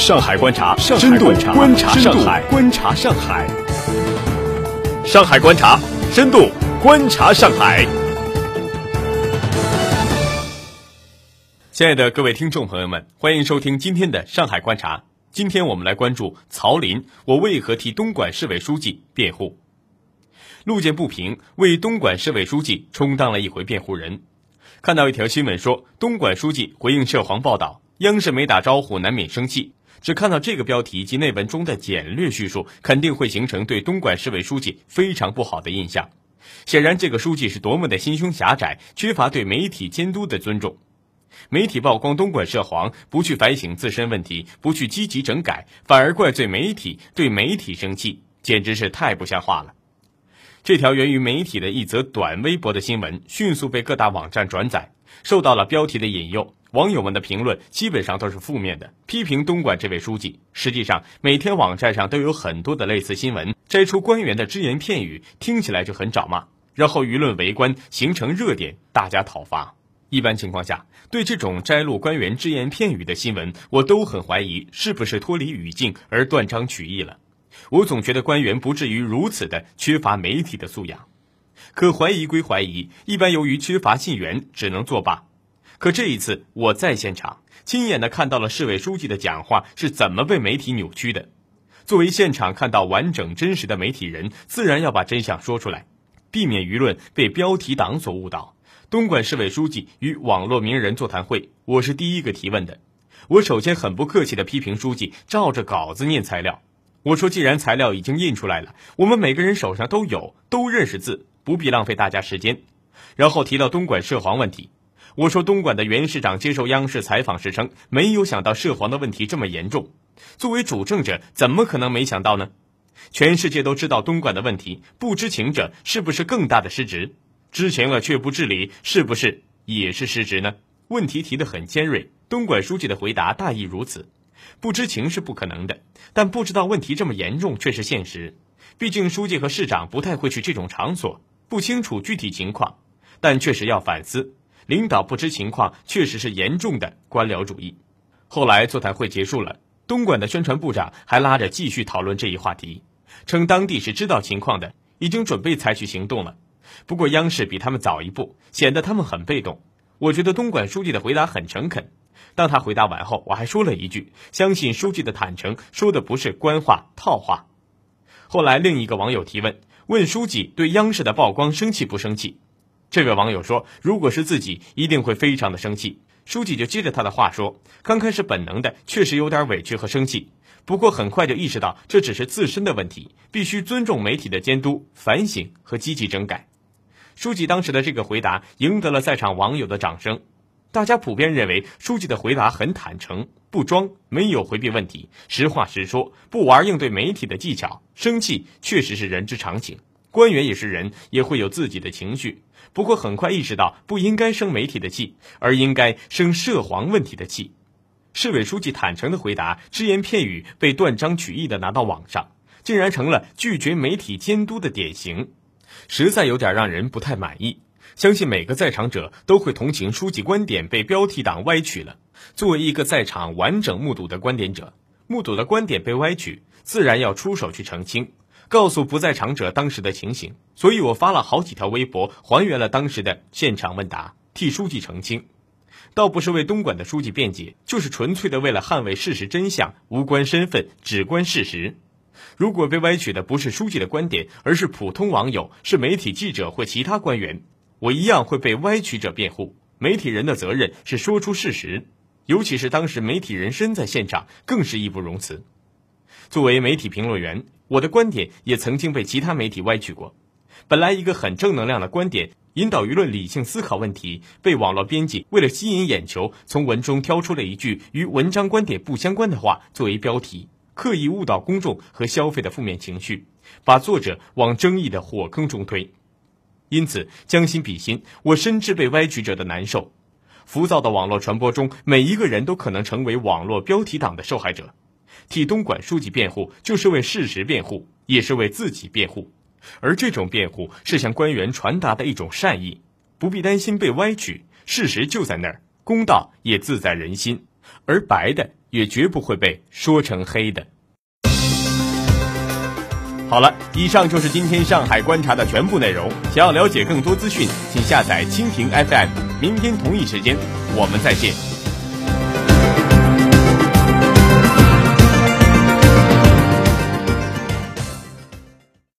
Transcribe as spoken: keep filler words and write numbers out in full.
上海观察，深度观察上海，观察上海。上海观察，深度观察上海。亲爱的各位听众朋友们，欢迎收听今天的上海观察。今天我们来关注曹林，我为何替东莞市委书记辩护？路见不平，为东莞市委书记充当了一回辩护人。看到一条新闻说，东莞书记回应涉黄报道，央视没打招呼难免生气。只看到这个标题及内文中的简略叙述，肯定会形成对东莞市委书记非常不好的印象。显然这个书记是多么的心胸狭窄，缺乏对媒体监督的尊重。媒体曝光东莞涉黄，不去反省自身问题，不去积极整改，反而怪罪媒体，对媒体生气，简直是太不像话了。这条源于媒体的一则短微博的新闻迅速被各大网站转载，受到了标题的引诱，网友们的评论基本上都是负面的，批评东莞这位书记。实际上每天网站上都有很多的类似新闻，摘出官员的只言片语，听起来就很找骂，然后舆论围观，形成热点，大家讨伐。一般情况下，对这种摘录官员只言片语的新闻，我都很怀疑是不是脱离语境而断章取义了。我总觉得官员不至于如此的缺乏媒体的素养。可怀疑归怀疑，一般由于缺乏信源，只能作罢。可这一次我在现场亲眼的看到了市委书记的讲话是怎么被媒体扭曲的。作为现场看到完整真实的媒体人，自然要把真相说出来，避免舆论被标题党所误导。东莞市委书记与网络名人座谈会，我是第一个提问的。我首先很不客气地批评书记照着稿子念材料。我说既然材料已经印出来了，我们每个人手上都有，都认识字，不必浪费大家时间。然后提到东莞涉黄问题，我说东莞的原市长接受央视采访时称，没有想到涉黄的问题这么严重。作为主政者，怎么可能没想到呢？全世界都知道东莞的问题，不知情者是不是更大的失职？知情了却不治理，是不是也是失职呢？问题提得很尖锐，东莞书记的回答大意如此。不知情是不可能的，但不知道问题这么严重却是现实。毕竟书记和市长不太会去这种场所，不清楚具体情况，但确实要反思。领导不知情况确实是严重的官僚主义。后来座谈会结束了，东莞的宣传部长还拉着继续讨论这一话题，称当地是知道情况的，已经准备采取行动了。不过央视比他们早一步，显得他们很被动。我觉得东莞书记的回答很诚恳。当他回答完后，我还说了一句，相信书记的坦诚说的不是官话套话。后来另一个网友提问，问书记对央视的曝光生气不生气。这位网友说，如果是自己一定会非常的生气。书记就接着他的话说，刚开始本能的确实有点委屈和生气，不过很快就意识到这只是自身的问题，必须尊重媒体的监督、反省和积极整改。书记当时的这个回答赢得了在场网友的掌声。大家普遍认为书记的回答很坦诚，不装，没有回避问题，实话实说，不玩应对媒体的技巧。生气确实是人之常情，官员也是人，也会有自己的情绪。不过很快意识到不应该生媒体的气，而应该生涉黄问题的气。市委书记坦诚的回答，只言片语被断章取义的拿到网上，竟然成了拒绝媒体监督的典型，实在有点让人不太满意。相信每个在场者都会同情书记观点被标题党歪曲了。作为一个在场完整目睹的观点者，目睹的观点被歪曲，自然要出手去澄清，告诉不在场者当时的情形。所以我发了好几条微博，还原了当时的现场问答，替书记澄清。倒不是为东莞的书记辩解，就是纯粹的为了捍卫事实真相，无关身份，只关事实。如果被歪曲的不是书记的观点，而是普通网友，是媒体记者或其他官员，我一样会被歪曲者辩护。媒体人的责任是说出事实，尤其是当时媒体人身在现场，更是义不容辞。作为媒体评论员，我的观点也曾经被其他媒体歪曲过。本来一个很正能量的观点，引导舆论理性思考问题，被网络编辑为了吸引眼球，从文中挑出了一句与文章观点不相关的话作为标题，刻意误导公众和消费的负面情绪，把作者往争议的火坑中推。因此将心比心，我深知被歪曲者的难受。浮躁的网络传播中，每一个人都可能成为网络标题党的受害者。替东莞书记辩护，就是为事实辩护，也是为自己辩护。而这种辩护是向官员传达的一种善意，不必担心被歪曲，事实就在那儿，公道也自在人心。而白的也绝不会被说成黑的。好了，以上就是今天上海观察的全部内容。想要了解更多资讯，请下载蜻蜓 F M。明天同一时间，我们再见。